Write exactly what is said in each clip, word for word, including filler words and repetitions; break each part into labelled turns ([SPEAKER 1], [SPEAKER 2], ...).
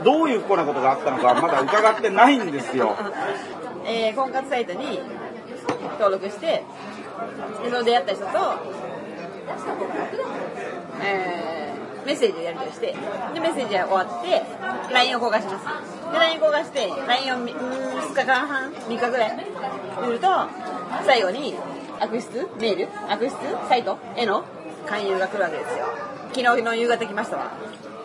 [SPEAKER 1] どういう不幸なことがあったのかまだ伺ってないんですよ。
[SPEAKER 2] えー、婚活サイトに登録して、でその出会った人と、えー、メッセージをやり取りして、でメッセージが終わって ライン を交換します。で ライン 交換して ライン をみっかかんはんみっかぐらい見ると、最後に悪質メール悪質サイトへの勧誘が来るわけですよ。昨日の夕方来ましたわ。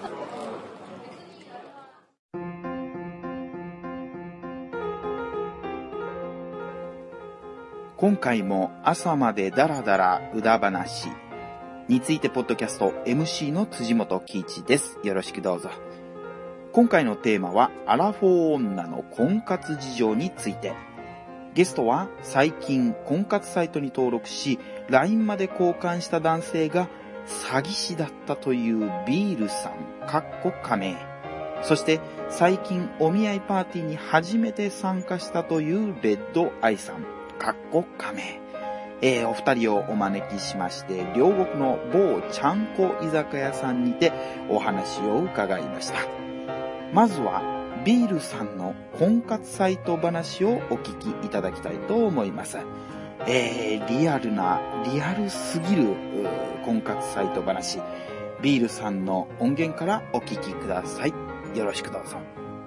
[SPEAKER 1] 今回も朝までダラダラうだ話についてポッドキャスト エムシー の辻本喜一です。よろしくどうぞ。今回のテーマはアラフォー女の婚活事情について。ゲストは最近婚活サイトに登録し ライン まで交換した男性が詐欺師だったというビールさんかっこ仮名、そして最近お見合いパーティーに初めて参加したというレッドアイさんかっこ仮名、えー、お二人をお招きしまして両国の某ちゃんこ居酒屋さんにてお話を伺いました。まずはビールさんの婚活サイト話をお聞きいただきたいと思います。えー、リアルなリアルすぎる婚活サイト話、ビールさんの音源からお聞きください。よろしくどうぞ。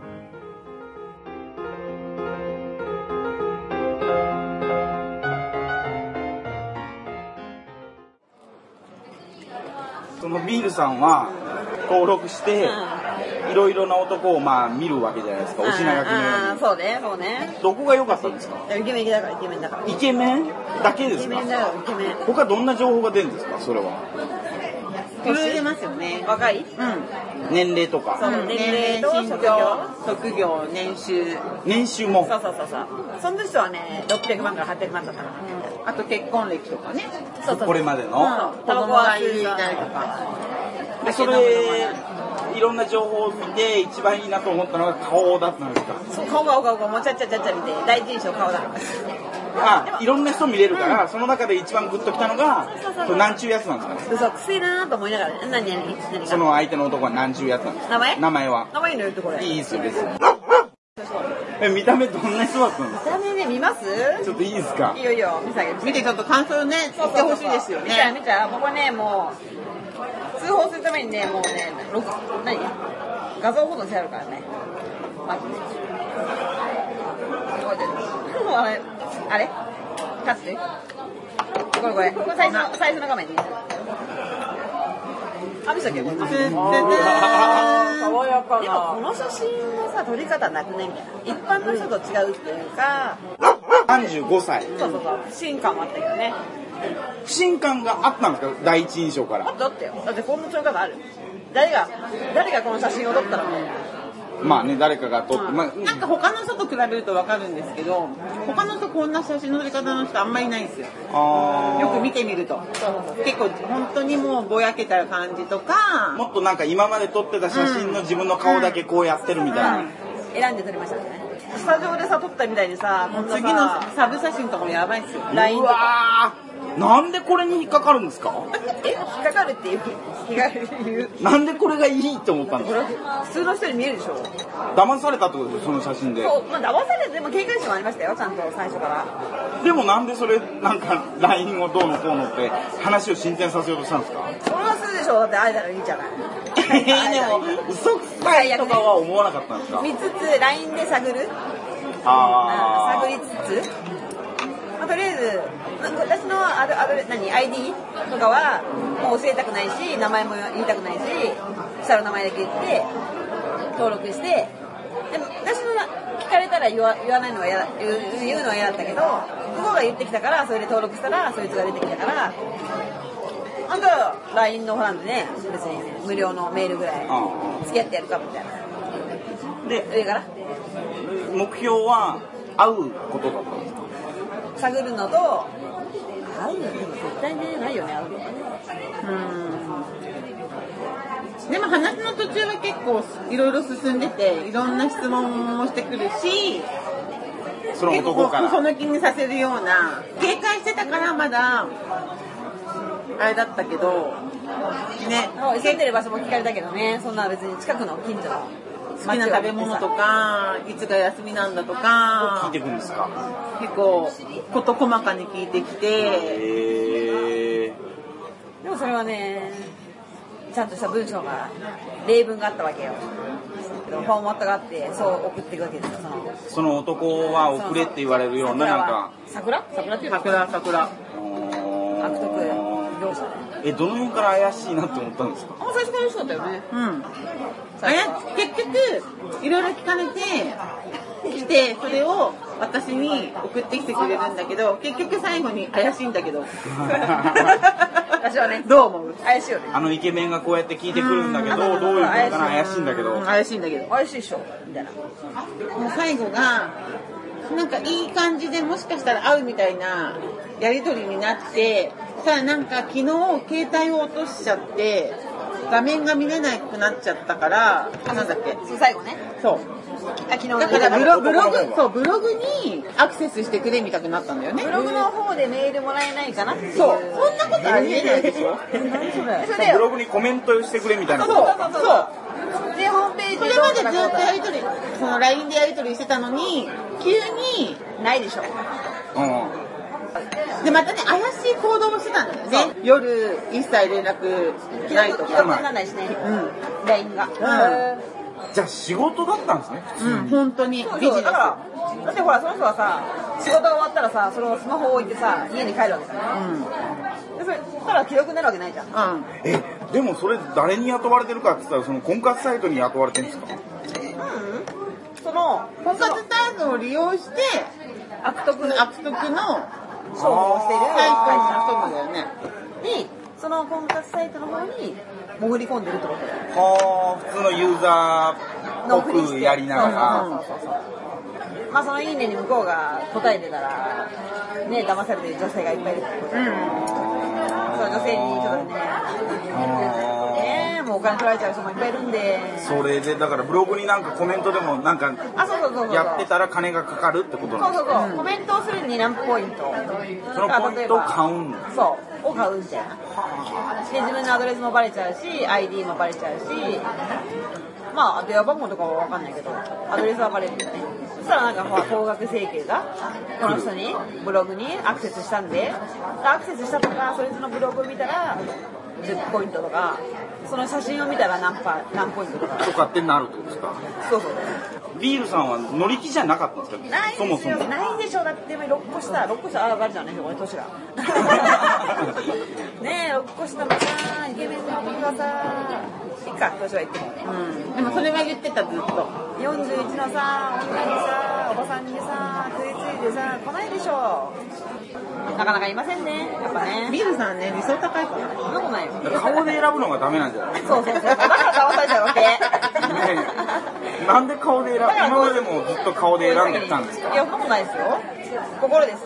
[SPEAKER 1] そのビールさんは登録していろいろな男をまあ見るわけじゃないですか、お品書きのように。
[SPEAKER 2] そうね、そうね。
[SPEAKER 1] どこが良かったんですか？
[SPEAKER 2] イケメンだからイケメンだから。
[SPEAKER 1] イケメンだけですか？
[SPEAKER 2] イケメンだよ、イケメン。
[SPEAKER 1] 他どんな情報が出るんですか？それは。
[SPEAKER 3] いろいろ出ますよね。
[SPEAKER 2] 若い？
[SPEAKER 3] うん。
[SPEAKER 1] 年齢とか。
[SPEAKER 2] そう、年齢と職業、
[SPEAKER 3] 職業、年収。
[SPEAKER 1] 年収も。
[SPEAKER 2] そうそうそうそう。その人はね、ろっぴゃくまんからはっぴゃくまんだったから。
[SPEAKER 3] あと結婚歴とかね。
[SPEAKER 1] そうそう。これまでの。
[SPEAKER 3] 子供がいたりとか。
[SPEAKER 1] でそれいろんな情報を見て一番いいなと思ったのが顔だったんですか？
[SPEAKER 2] そう、顔顔顔顔もうちゃちゃちゃちゃ見て第一印象顔だから。
[SPEAKER 1] あ、いろんな人見れるから、うん、その中で一番グッときたのが、それ何ちゅうやつなんですか？
[SPEAKER 2] 嘘くせえなーと思いながら、ね、何何何
[SPEAKER 1] その相手の男は何ちゅうやつなんですか？
[SPEAKER 2] 名前？
[SPEAKER 1] 名前は。
[SPEAKER 2] 名前の言うとこれ。
[SPEAKER 1] いいですよ別に。え、見た目どんな人だったんですか？
[SPEAKER 2] 見た目ね、見ます？
[SPEAKER 1] ちょっといいですか？
[SPEAKER 2] いいよいいよ、見てあげる。
[SPEAKER 3] 見てちょっと感想ね、言ってほしいですよね。
[SPEAKER 2] 見ちゃう見ちゃう、ここね、もう通報するためにね、もうね、何画像保存してあるからね。まずね。これあれあれかつてこれこれこれ最初の最初の画面ね。あ、見せたっけこれ。爽やかな。でもこの写真のさ撮り方なくねみたいな。一般の人と違うっていうか。
[SPEAKER 1] さんじゅうごさい。
[SPEAKER 2] そうそうそう。不信感もあったけどね。
[SPEAKER 1] 不信感があったんですか？第一印象から。
[SPEAKER 2] あったってよ。だってこんな撮り方ある。誰が誰がこの写真を撮ったの？
[SPEAKER 1] まあね、誰かが撮って、
[SPEAKER 3] うん、
[SPEAKER 1] まあ、
[SPEAKER 3] なんか他の人と比べると分かるんですけど、他の人こんな写真の撮り方の人あんまりいないんですよ。
[SPEAKER 1] あ
[SPEAKER 3] よく見てみると結構本当にもうぼやけた感じとか、
[SPEAKER 1] もっとなんか今まで撮ってた写真の自分の顔だけこうやってるみたいな、うんうん、
[SPEAKER 2] 選んで撮りましたね。スタジオでさ撮ったみたいにさ、こんなさ
[SPEAKER 3] 次のサブ写真とかもやばいっすよ。
[SPEAKER 1] ライン とかなんでこれに引っかかるんですか？
[SPEAKER 2] え、引っかかるっていう気が言う。
[SPEAKER 1] なんでこれがいいと思ったんですか？
[SPEAKER 2] 普通の人に見えるでしょ。
[SPEAKER 1] 騙されたってことですよ、その写真で。
[SPEAKER 2] そう、まあ騙されてでも警戒心もありましたよ、ちゃんと最初から。
[SPEAKER 1] でもなんでそれなんか ライン をどうのこうのって話を進展させようとしたんですか？
[SPEAKER 2] それはするでしょ、だって会えたらいいじゃない。
[SPEAKER 1] えー、でも嘘くさいとかは思わなかったんですか？
[SPEAKER 2] 見つつ ライン で探る。
[SPEAKER 1] あ
[SPEAKER 2] 探りつつ、まあ、とりあえず私のあるある何 アイディー とかはもう教えたくないし、名前も言いたくないし、下の名前だけ言って登録して、でも私の聞かれたら言わ、言わないのは嫌だ、言う、言うのは嫌だったけど、向こうが言ってきたからそれで登録したらそいつが出てきたから、あんた ライン の方なんでね、別に、ね、無料のメールぐらい付き合ってやるかみたいな。で上から
[SPEAKER 1] 目標は会うことだったんですか？
[SPEAKER 2] 探るのと会うのでも絶対ねないよね、会うの。
[SPEAKER 3] うん。でも話の途中は結構いろいろ進んでて、いろんな質問もしてくるし、
[SPEAKER 1] その男から
[SPEAKER 3] 結構その気にさせるような、警戒してたからまだあれだったけどね。
[SPEAKER 2] 住んでる場所も聞かれたけどね、そんな別に近くの近所の
[SPEAKER 3] 好きな食べ物とか、いつが休みなんだとか、
[SPEAKER 1] 聞いてくるんですか？
[SPEAKER 3] 結構、事細かに聞いてきて、
[SPEAKER 1] へー。
[SPEAKER 2] でもそれはね、ちゃんとした文章が、例文があったわけよ。フォーマットがあって、そう送っていくわけですよ、その。
[SPEAKER 1] その男は送れって言われるような、なんか。
[SPEAKER 2] 桜桜っていうの？
[SPEAKER 3] 桜、桜。
[SPEAKER 2] 悪徳業者ね。
[SPEAKER 1] え、どの辺から怪しいなって思ったんですか？
[SPEAKER 2] あ、最初からそうだったよね。
[SPEAKER 3] うん。あや結局、いろいろ聞かれて、来て、それを私に送ってきてくれるんだけど、結局最後に怪しいんだけど。
[SPEAKER 2] 私はね、
[SPEAKER 3] どう思う？
[SPEAKER 2] 怪しいよね。
[SPEAKER 1] あのイケメンがこうやって聞いてくるんだけど、どういうことかな、怪しいんだけど。
[SPEAKER 3] 怪しいんだけど。
[SPEAKER 2] 怪しいでしょみたいな。
[SPEAKER 3] もう最後が、なんかいい感じでもしかしたら会うみたいなやりとりになって、ただなんか昨日携帯を落としちゃって、画面が見れなくなっちゃったから、なんだっけ？
[SPEAKER 2] そう、最後ね。
[SPEAKER 3] そう。
[SPEAKER 2] あ、昨日
[SPEAKER 3] だからブロブログ、そう、ブログにアクセスしてくれみたくなったんだよね。
[SPEAKER 2] ブログの方でメールもらえないかなっていう。
[SPEAKER 3] そう。そんなことありえないでしょ？
[SPEAKER 2] 何それ？それで
[SPEAKER 1] ブログにコメントしてくれみたいな。
[SPEAKER 2] そうそうそうそう。で、ホームページ
[SPEAKER 3] それまでずっとやりとり、その ライン でやりとりしてたのに、急に、
[SPEAKER 2] ないでしょ。
[SPEAKER 1] うん。
[SPEAKER 3] で、またね、怪しい行動をしてたんだよね。夜、一切連絡ないと
[SPEAKER 2] 既読に
[SPEAKER 3] か。
[SPEAKER 2] ならないしね。
[SPEAKER 3] うん。
[SPEAKER 2] ライン が。
[SPEAKER 1] じゃあ仕事だったんですね、普通に。
[SPEAKER 3] うん、本当に。
[SPEAKER 2] そう
[SPEAKER 3] ビジネス。
[SPEAKER 2] そうだから、だってほら、その人はさ、仕事が終わったらさ、そのスマホを置いてさ、家に帰るわけじゃん。で、それ、そしたら既読になるわけないじゃん。
[SPEAKER 3] うん。うん。
[SPEAKER 1] え、でもそれ誰に雇われてるかって言ったら、その婚活サイトに雇われてるんですか？
[SPEAKER 2] その、
[SPEAKER 3] 婚活サイトを利用して、
[SPEAKER 2] 悪徳
[SPEAKER 3] 悪徳の
[SPEAKER 2] 商法をしている
[SPEAKER 3] サイト
[SPEAKER 2] 会
[SPEAKER 3] の人だよね。
[SPEAKER 2] 社に、その婚活サイトの方に潜り込んでるってことだよ。
[SPEAKER 1] はあ、普通のユーザーっぽくやりながら。
[SPEAKER 2] そうそうそうそう。まあそのいいねに向こうが答えてたら、ね、騙されてる女性がいっぱいいるってことで、うん、その女性にちょっとね、ね、もうお金取られちゃう人もいっぱいいるんで。
[SPEAKER 1] それで、だからブログになんかコメントでもなんか
[SPEAKER 2] あ、そうそうそうそう、
[SPEAKER 1] やってたら金がかかるってことなんですか？
[SPEAKER 2] そうそうそう、うん、コメントをするに何ポイント。
[SPEAKER 1] そのポイントを買うんだ。
[SPEAKER 2] そう、を買うみたいな。で、自分のアドレスもバレちゃうし、アイディー もバレちゃうし、まあ電話番号とかは分かんないけど、アドレスはバレるよね。そしたらなんか高額請求がこの人にブログにアクセスしたんで、アクセスしたとか、そいつのブログを見たらじゅうポイントとか、その写真を見たら何パ何ポイントとか。
[SPEAKER 1] とかってなるってことですか？そうそう。ビールさんは乗り気じゃなかったんですか？
[SPEAKER 2] ないですよ、
[SPEAKER 1] そもそも
[SPEAKER 2] ないでしょ。だってろっこ下、ろっこ下、あ、バレちゃうね、これ年が。ねえ、ろっこ下のさ、イケメンの僕がさ、いいか、年は言っても。
[SPEAKER 3] うん。でもそれは言ってた、ずっと。
[SPEAKER 2] よんじゅういちのさ、女にさ、おばさんにさ、食いついてさ、来ないでしょ。なかなかいませんね、やっぱね。
[SPEAKER 3] ビールさんね、理想高いから。
[SPEAKER 2] そんなことないよ。
[SPEAKER 1] 顔で選ぶのがダメなんじゃない？
[SPEAKER 2] そうそうそう。だから騙されちゃうわけ。
[SPEAKER 1] なんで顔で選ぶ？今までもずっと顔で選んできたんですか？
[SPEAKER 2] いや、そんなことないですよ。心です。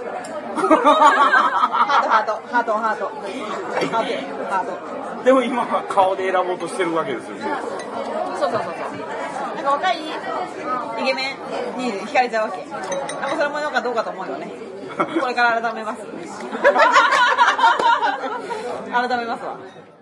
[SPEAKER 2] ハート、ハート、ハート、ハート。ハート、ハート。
[SPEAKER 1] でも今は顔で選ぼうとしてるわけですよね。
[SPEAKER 2] そうそうそうそう。なんか若いイケメンに惹かれちゃうわけ。でもそれもよかどうかと思うよね。これから改めます。改めますわ。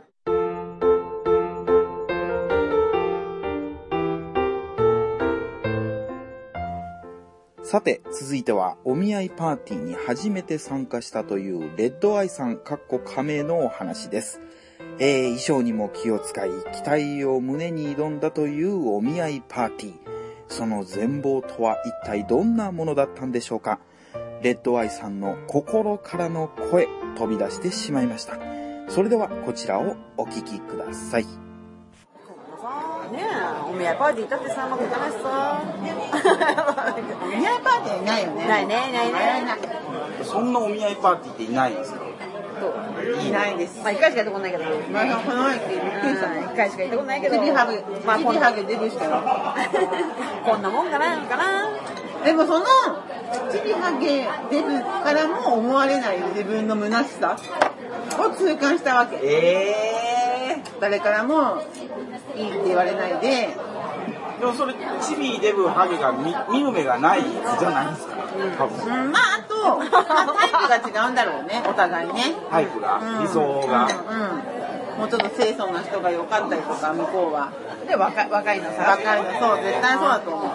[SPEAKER 1] さて、続いてはお見合いパーティーに初めて参加したというレッドアイさん（仮名）のお話です。えー、衣装にも気を使い、期待を胸に挑んだというお見合いパーティー。その全貌とは一体どんなものだったんでしょうか。レッドアイさんの心からの声、飛び出してしまいました。それではこちらをお聞きください。
[SPEAKER 2] ねえ、お見合いパーティー行ったってさ、うまくいかないしさ。
[SPEAKER 3] お見合いパーティーないよね。
[SPEAKER 2] ないね、ないね。
[SPEAKER 1] そんなお見合いパーティーっていないんですか？
[SPEAKER 3] いないです。
[SPEAKER 2] まあ一回しか行ったことないけど。
[SPEAKER 3] まあ、この前ってびっくりしたね。
[SPEAKER 2] 一回しか行ったことないけど。
[SPEAKER 3] チビハグ、
[SPEAKER 2] まあ
[SPEAKER 3] チビハグデブしたよ。
[SPEAKER 2] こんなもんかな、かな。
[SPEAKER 3] でもその、チビハゲデブからも思われない自分の虚しさを痛感したわけ。
[SPEAKER 1] え
[SPEAKER 3] ー、誰からもいいって言われないで。
[SPEAKER 1] でもそれ、チビデブハゲが見、見る目がないじゃないですか。多分。
[SPEAKER 3] うん、まああと、まあ、タイプが違うんだろうね、お互いね。
[SPEAKER 1] タイプが、うん、理想が、
[SPEAKER 3] うんうん。 もうちょっと清楚な人が良かったりとか、向こうは。
[SPEAKER 2] で、若い、若いのさ。
[SPEAKER 3] 若いの、そう、絶対そうだと思う。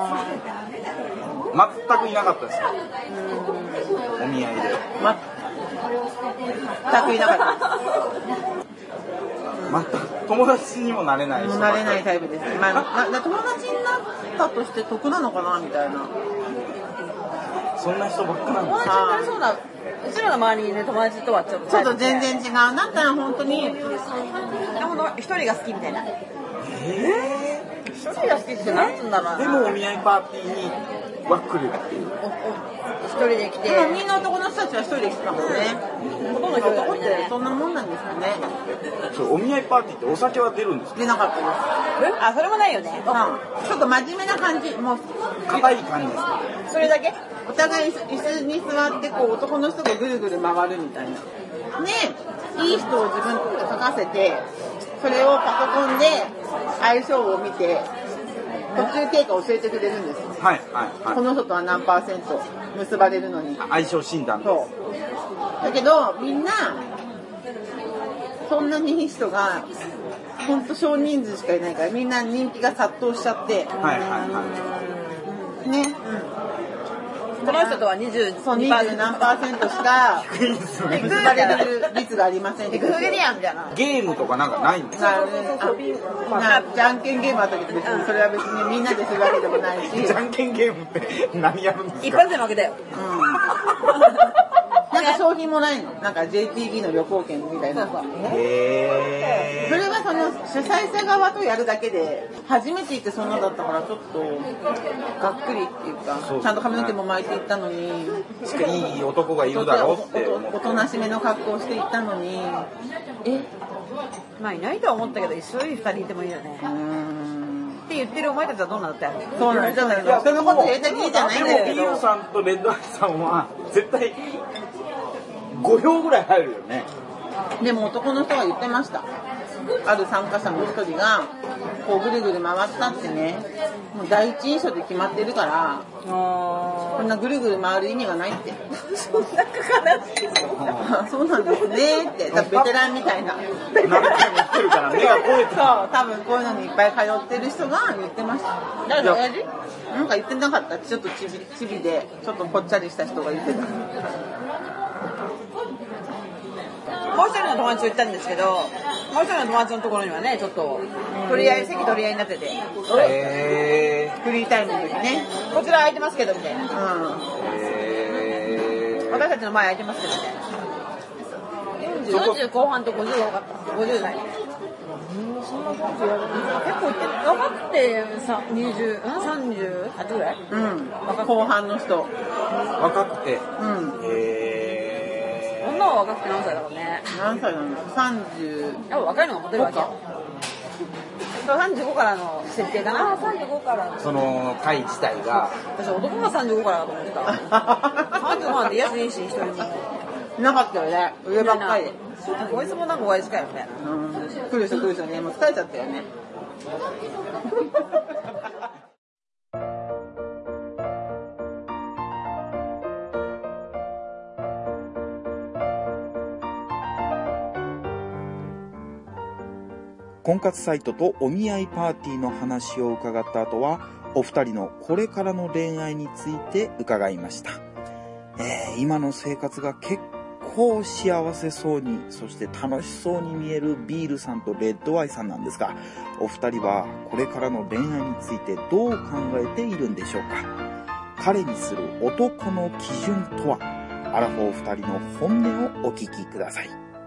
[SPEAKER 1] 全くいなかったですよ。お見合いで。
[SPEAKER 3] ま、全くいなかった。
[SPEAKER 1] 全く友達にもなれない
[SPEAKER 3] もうなれないタイプです。まあ、ま、友達になったとして得なのかなみたいな。
[SPEAKER 1] そんな人ばっかなんです
[SPEAKER 2] 友達になりそうな、うちらの周りにいる友達とはちょっと。
[SPEAKER 3] ちょっと全然違う。だったら本当に。
[SPEAKER 2] でも一人が好きみたいな。
[SPEAKER 1] え
[SPEAKER 2] ー、一人が好きって何つうんだろうな。
[SPEAKER 1] でもお見合いパーティーには来るっていう。
[SPEAKER 2] 一人で来て。
[SPEAKER 3] でもみんな男の人たちは一人で来たもんね。ほとんど男ってそんなもんなんですかね。
[SPEAKER 1] そう、お見合いパーティーってお酒は出るんですか？
[SPEAKER 3] 出なかったです。
[SPEAKER 2] あ、それもないよね。
[SPEAKER 3] うん、ちょっと真面目な感じ。もう
[SPEAKER 1] 硬い感じですか？
[SPEAKER 2] それだけ？
[SPEAKER 3] お互い椅子に座ってこう男の人がぐるぐる回るみたいな。で、いい人を自分と書かせて、それをパソコンで相性を見て途中経過を教えてくれるんです。
[SPEAKER 1] はいはいはい。
[SPEAKER 3] この人とは何パーセント結ばれるのに。
[SPEAKER 1] 相性診断です。
[SPEAKER 3] そう。だけどみんなそんなにいい人が本当少人数しかいないからみんな人気が殺到しちゃって。
[SPEAKER 1] はいはいはい。
[SPEAKER 3] ね。うん。
[SPEAKER 2] この人とはにじゅう
[SPEAKER 3] 何パーセントしか結ばれる率がありません。
[SPEAKER 2] グーゲリアンみたいな。
[SPEAKER 1] ゲームとかなんかないんですか？
[SPEAKER 3] じゃんけんゲームあったけど別にそれは別にみんなでするわけでもないし。
[SPEAKER 1] じゃんけんゲームって何やるんですか？
[SPEAKER 2] 一発で負けたよ。
[SPEAKER 3] うん。なんか商品もないの。なんか ジェイティービー の旅行券みたいな。へー。それはその主催者側とやるだけで初めて行ってそんなだったからちょっとがっくりっていうか、ちゃんと髪の毛も巻いて行ったのに、
[SPEAKER 1] しかいい男がいるだろうって
[SPEAKER 3] おとなしめの格好をして行ったのに、
[SPEAKER 2] え、まあいないとは思ったけど一緒に二人いてもいいよね。うーんって言ってるお前たちはどうなんだったよ。
[SPEAKER 3] そうなんですよ。人のこと言えたきりじゃないんだけど。
[SPEAKER 1] でもビールさんとレッドアイさんは絶対ご票ぐらい入るよね。
[SPEAKER 3] でも男の人が言ってました。ある参加者の一人がこうぐるぐる回ったってね、もう第一印象で決まってるから、こんなぐるぐる回る意味がないって。
[SPEAKER 2] そんな悲しい。
[SPEAKER 3] そうなんですねって、ベテランみたいな。
[SPEAKER 1] 何回も言ってるから目が肥えてる。
[SPEAKER 3] そう、多分こういうのにいっぱい通ってる人が言ってました。誰だ、親父？なんか言ってなかった。ちょっとチビチビでちょっとぽっちゃりした人が言ってた。
[SPEAKER 2] もう一人の友達と行ったんですけど、もう一人の友達のところにはね、ちょっと取り合い、席取り合いになってて、
[SPEAKER 1] へ
[SPEAKER 3] ー、フリータイムの時ね、
[SPEAKER 2] こちら空いてますけどみたいな、うん、
[SPEAKER 1] へー、
[SPEAKER 2] 私たちの前空いてますけどみたいな、よんじゅう後半とごじゅうが多かった、ごじゅう代。そんなことやる結構いって若くてさにじゅう、さんじゅうはちぐらい？うん。
[SPEAKER 3] 後半の人。
[SPEAKER 1] 若くて。
[SPEAKER 3] うん。
[SPEAKER 2] へー。女は若くて何歳だろうね。
[SPEAKER 3] 何歳なの？さんじゅう。
[SPEAKER 2] やっぱ若いのがモテるわけよ。さんじゅうごからの設定かな。さんじゅうごから
[SPEAKER 1] その会自体が。
[SPEAKER 2] 私男がさんじゅうごからだと思ってた。さんじゅうごなんて安いし一人も。
[SPEAKER 3] いなかったよね。上ばっかりで。
[SPEAKER 2] こいつもなんか親父かよみたいな。
[SPEAKER 3] うん。来る人来る人ね、もう疲れちゃったよね。
[SPEAKER 1] 婚活サイトとお見合いパーティーの話を伺った後は、お二人のこれからの恋愛について伺いました。えー、今の生活が結構幸せそうに、そして楽しそうに見えるビールさんとレッドアイさんなんですが、お二人はこれからの恋愛についてどう考えているんでしょうか。彼にする男の基準とは。アラフォー二人の本音をお聞きください。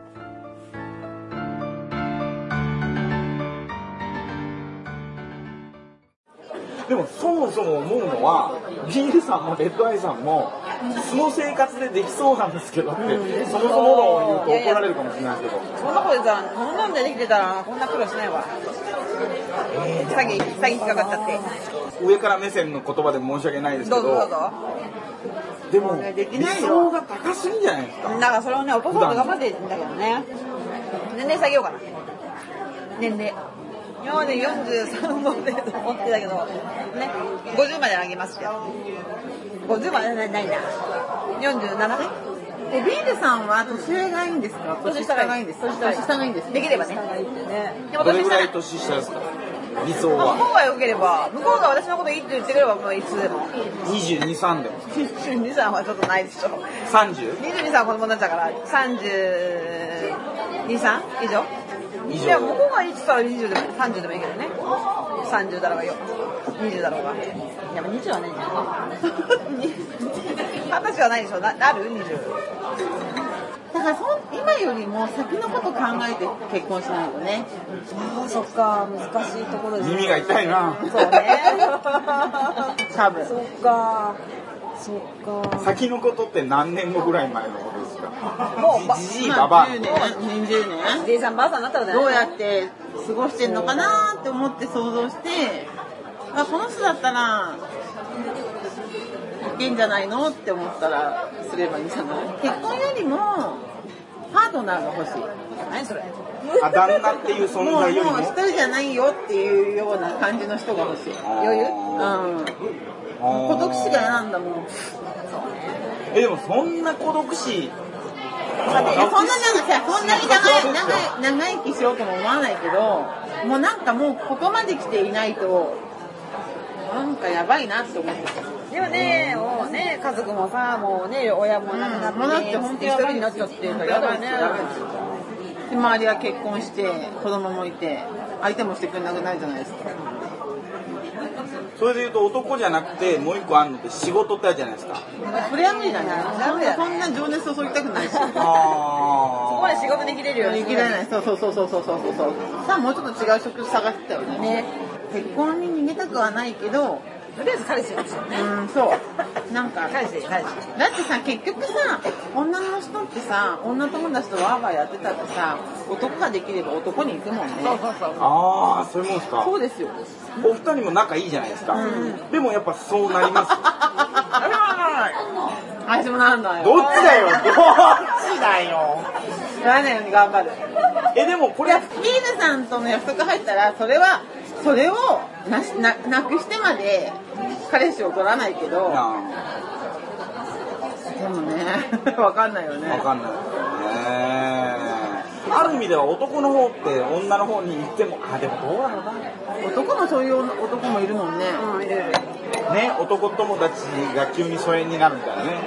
[SPEAKER 1] でもそもそも思うのは、ビールさんもレッドアイさんも素の生活でできそうなんですけどって、うん、そもそものを言うと怒られるかもしれないですけど、
[SPEAKER 2] そんなことでさ、こんなんでできてたらこんな苦労しないわ。えー、詐欺詐欺引っかかっちゃって。
[SPEAKER 1] 上から目線の言葉で申し訳ないですけど、
[SPEAKER 2] どうぞどうぞ。
[SPEAKER 1] でも理想が高すぎんじゃないですか。
[SPEAKER 2] だからそれをね、落とそうと頑張ってるんだけどね。年齢下げようかな。年齢。今までよんじゅうさんまでと思ってたけど、ね、ごじゅうまで上げますよ。ごじゅうまでないな。よんじゅうななね。
[SPEAKER 3] え、ビールさんは年上がいいんですか？年下がいいんですか？年下がいいんですか？
[SPEAKER 2] できればね。でも
[SPEAKER 4] どれぐらい
[SPEAKER 2] 年
[SPEAKER 4] 年下ですか？理想
[SPEAKER 2] 下向
[SPEAKER 4] は
[SPEAKER 2] こうが良ければ、向こうが私のこといいって言ってくればもういつでも。
[SPEAKER 4] にじゅうに、さんでも
[SPEAKER 2] にじゅうにさんはちょっとないでしょ。
[SPEAKER 4] さんじゅう？
[SPEAKER 2] にじゅうにさんは子供になっちゃうから、さんじゅうに、さん以上
[SPEAKER 4] 以上
[SPEAKER 2] いや、向こうがいいって言ったらにじゅうでもさんじゅうでもいいけどね。さんじゅうだろうがよ。にじゅうだろうが。いや、にじゅうはないじゃん。はたちはないでしょ。な、なる ?にじゅう。
[SPEAKER 3] だからそ今よりも先のこと考えて結婚しないとね。
[SPEAKER 2] ああ、そっか。難しいところですね。
[SPEAKER 4] 耳が痛いな。
[SPEAKER 2] そうね。
[SPEAKER 3] 多分。
[SPEAKER 2] そっか。そっか。
[SPEAKER 4] 先のことって何年後ぐらい前のことですか？
[SPEAKER 2] もうば
[SPEAKER 4] じじいばばあ
[SPEAKER 3] じゅうねん、にじゅうねん。
[SPEAKER 2] じいさんばあさんになったらね。
[SPEAKER 3] どうやって過ごしてんのかなって思って想像して、あ、この人だったらいけんじゃないのって思ったらすればいいんじゃない？結婚よりもパートナーが欲しい。
[SPEAKER 2] 何それ。
[SPEAKER 4] あ、旦那っていう存
[SPEAKER 3] もう
[SPEAKER 4] 在よりも
[SPEAKER 3] もう一人じゃないよっていうような感じの人が欲しい。
[SPEAKER 2] 余裕？
[SPEAKER 3] うん。孤独死が嫌なんだもん。
[SPEAKER 4] え、でもそんな孤独死
[SPEAKER 3] いやそんなじゃなくて、そんなに長い、長い、長生きしようとも思わないけど、もうなんかもうここまで来ていないと、なんかやばいなって思ってた。
[SPEAKER 2] でもね、もうね、家族もさ、もうね、親も亡くなって、
[SPEAKER 3] もうだって本当
[SPEAKER 2] 一
[SPEAKER 3] やばい
[SPEAKER 2] 人になっちゃって、やだよね。
[SPEAKER 3] で周りは結婚して子供もいて相手もしてくれなくないじゃないですか。
[SPEAKER 4] それで言うと男じゃなくてもう一個あるのって仕事ってあるじゃないですか。
[SPEAKER 3] それは無理だね。そんな情熱注ぎたくないし。
[SPEAKER 2] そこ
[SPEAKER 4] あ
[SPEAKER 2] まで仕事できれるように
[SPEAKER 3] 生きられない。そうそうそうそうそうそうそう。さあもうちょっと違う職探してたよね。
[SPEAKER 2] ね。
[SPEAKER 3] 結婚に逃げたくはないけど、
[SPEAKER 2] とりあえず彼氏ですよね。
[SPEAKER 3] うんそうなんか
[SPEAKER 2] 彼氏、彼氏。
[SPEAKER 3] だってさ結局さ女の人ってさ女友達とワーワーやってたってさ男ができれば男に行くもんね。
[SPEAKER 2] そうそうそう。
[SPEAKER 4] ああ、そういうもんですか。
[SPEAKER 3] そうですよ。
[SPEAKER 4] お二人も仲いいじゃないですか。でもやっぱそうなります。
[SPEAKER 3] 私もなんだよ。
[SPEAKER 4] どっちだよ。どっちだよ。
[SPEAKER 3] ならないように頑張る。
[SPEAKER 4] え、でもこれ
[SPEAKER 3] いや、ビールさんとの約束入ったら、それは、それをなしななくしてまで彼氏を取らないけど、
[SPEAKER 4] あ
[SPEAKER 3] でもね、わかんないよね。
[SPEAKER 4] わかんないね。ある意味では男の方って女の方に行っても、あ、でもどうだろうな。
[SPEAKER 3] 男もそういう男もいるもんね。
[SPEAKER 2] うん、いるいる。
[SPEAKER 4] ね、男友達が急に疎遠になるみたいなね。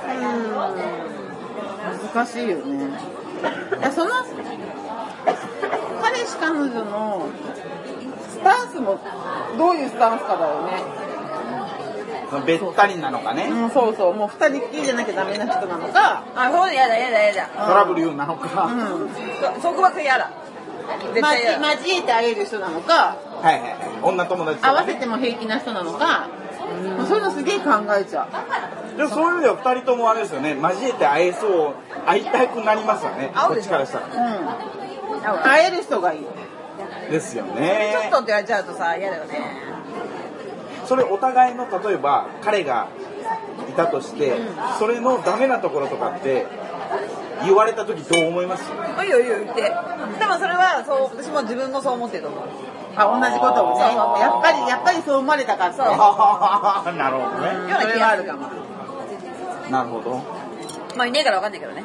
[SPEAKER 3] 難しいよね。いや、その、彼氏彼女のスタンスも、どういうスタンスかだよね。
[SPEAKER 4] べったりなのかね。
[SPEAKER 3] うん、そうそう。もう二人っきりじゃなきゃダメな人なのか、
[SPEAKER 2] あ、そうやだやだやだ。
[SPEAKER 4] トラブルなのか。
[SPEAKER 3] うん。
[SPEAKER 2] 束縛やだ。絶対やだ。
[SPEAKER 3] 交えてあげる人なのか、
[SPEAKER 4] はいはいはい。女友達とかね。
[SPEAKER 3] 合わせても平気な人なのか、もうそういうのすげえ考えちゃう。
[SPEAKER 4] でもそういう意味では二人ともあれですよね。交えて会えそう、会いたくなりますよね。こっちからしたら。
[SPEAKER 3] うん。会える人がいい。
[SPEAKER 4] ですよ
[SPEAKER 2] ちょっ
[SPEAKER 4] ね
[SPEAKER 2] と。って言われちゃうとさ、嫌だよね。
[SPEAKER 4] それお互いの例えば彼がいたとして、それのダメなところとかって言われた時どう思います？
[SPEAKER 2] いいよいいよ言って。でもそれはそう私も自分もそう思ってると思う。
[SPEAKER 3] あ、同じことをね。
[SPEAKER 2] そうそうそう
[SPEAKER 3] やっぱり、やっぱりそう思われたかった。
[SPEAKER 2] そう
[SPEAKER 4] なるほどね。
[SPEAKER 3] うん、それはあるかも。
[SPEAKER 4] なるほど。
[SPEAKER 2] まあいねえからわかんないけどね。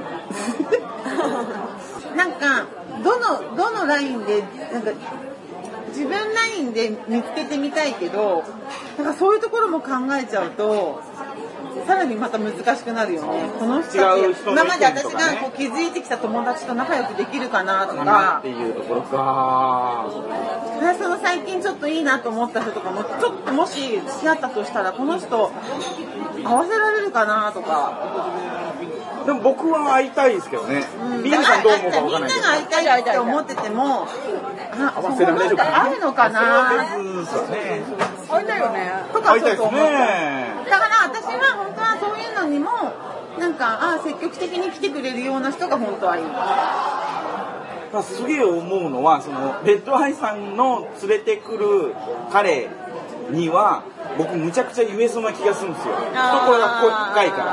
[SPEAKER 3] なんか、どの、どのラインで、なんか、自分ラインで見つけてみたいけど、なんかそういうところも考えちゃうと、さらにまた難しくなるよね。この人たち、
[SPEAKER 4] 違う人の意見とかね
[SPEAKER 3] 今まで私がこう気づいてきた友達と仲良くできるかなと
[SPEAKER 4] かな
[SPEAKER 3] か
[SPEAKER 4] って、いうところか。
[SPEAKER 3] その最近ちょっといいなと思った人とかも、ちょっともし付き合ったとしたら、この人合わせられるかなとか。
[SPEAKER 4] でも僕は会いたいですけどね。ビールさんどう思うかわかんないけど。
[SPEAKER 3] みんなが会いたいって思ってても、あ、
[SPEAKER 4] 合わせられるかな。
[SPEAKER 3] あるのかな
[SPEAKER 4] それは別ですよね。
[SPEAKER 2] 会いたいよね。
[SPEAKER 3] とか
[SPEAKER 4] 会いたいです
[SPEAKER 3] ちょっと思う。
[SPEAKER 4] ね。
[SPEAKER 3] だから私は本当はそういうのにもなんかあ積極的に来てくれるような人が本当はいい。
[SPEAKER 4] まあ、すげえ思うのはそのレッドアイさんの連れてくる彼には僕むちゃくちゃ言えそうな気がするんですよ。懐が深いから。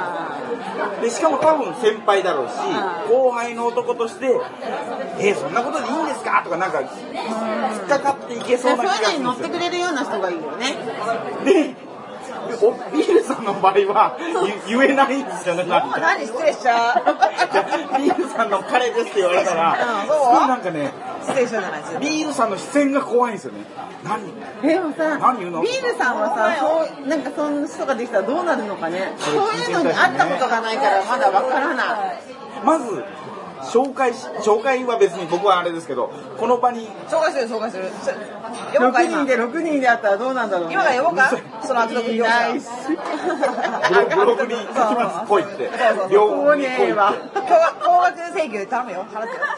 [SPEAKER 4] でしかも多分先輩だろうし後輩の男として「えー、そんなことでいいんですか?」とかなんか引っかかっていけそうな気がするんですよ。
[SPEAKER 3] そういうのに乗ってくれるような人がいいよね。
[SPEAKER 4] でおビールさんの場合は言えないんですよね。なんか
[SPEAKER 2] 何失礼しちゃう。
[SPEAKER 4] ビールさんの彼ですって言われたら、すごいなんかね、
[SPEAKER 2] 失礼しちゃうじゃないですか。
[SPEAKER 4] ビールさんの視線が怖いんですよね。何
[SPEAKER 3] でもさ、
[SPEAKER 4] 何言うの
[SPEAKER 3] ビールさんはさ、そうなんかそんな人ができたらどうなるのかね。そういうのに会ったことがないからまだわからない。
[SPEAKER 4] まず紹介し紹介は別に僕はあれですけど、この場に
[SPEAKER 2] 紹介する紹介する。
[SPEAKER 3] ろくにんでろくにんで会ったらどうなんだろうね。
[SPEAKER 2] 今から呼ぼうか。その圧力業者。
[SPEAKER 3] いないし。
[SPEAKER 4] ブログに行きます。来いって。両方に来いって。
[SPEAKER 2] 高額請求頼むよ。払ってよ。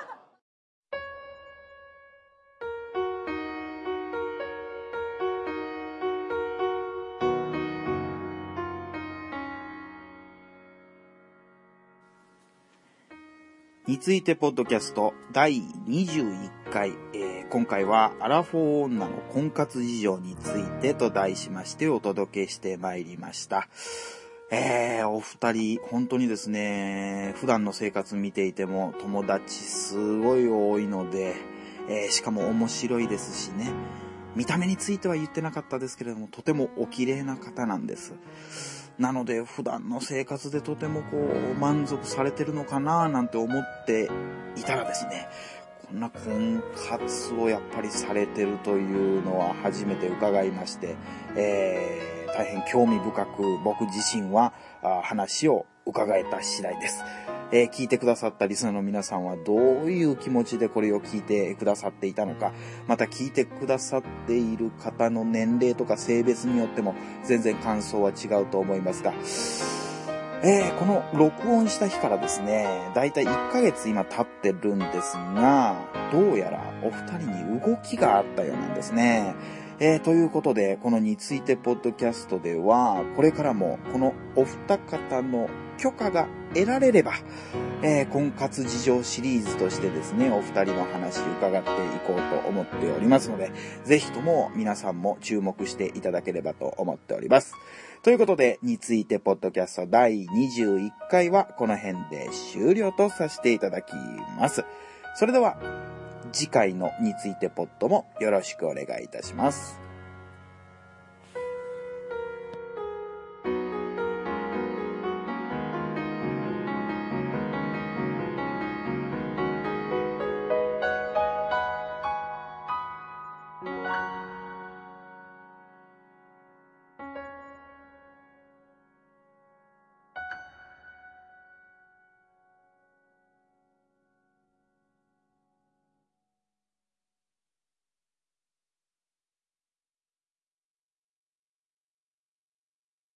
[SPEAKER 1] についてポッドキャストだいにじゅういっかい、えー、今回はアラフォー女の婚活事情についてと題しましてお届けしてまいりました。えー、お二人本当にですね、普段の生活見ていても友達すごい多いので、えー、しかも面白いですしね、見た目については言ってなかったですけれども、とてもお綺麗な方なんです。なので普段の生活でとてもこう満足されてるのかななんて思っていたらですね、こんな婚活をやっぱりされてるというのは初めて伺いまして、えー、大変興味深く僕自身は話を伺えた次第です。えー、聞いてくださったリスナーの皆さんはどういう気持ちでこれを聞いてくださっていたのか、また聞いてくださっている方の年齢とか性別によっても全然感想は違うと思いますが、えー、この録音した日からですね、だいたいいっかげつ今経ってるんですが、どうやらお二人に動きがあったようなんですね。えー、ということで、このについてポッドキャストでは、これからもこのお二方の許可が得られれば、えー、婚活事情シリーズとしてですね、お二人の話伺っていこうと思っておりますので、ぜひとも皆さんも注目していただければと思っております。ということで、についてポッドキャストだいにじゅういっかいはこの辺で終了とさせていただきます。それでは、次回のについてポッドもよろしくお願いいたします。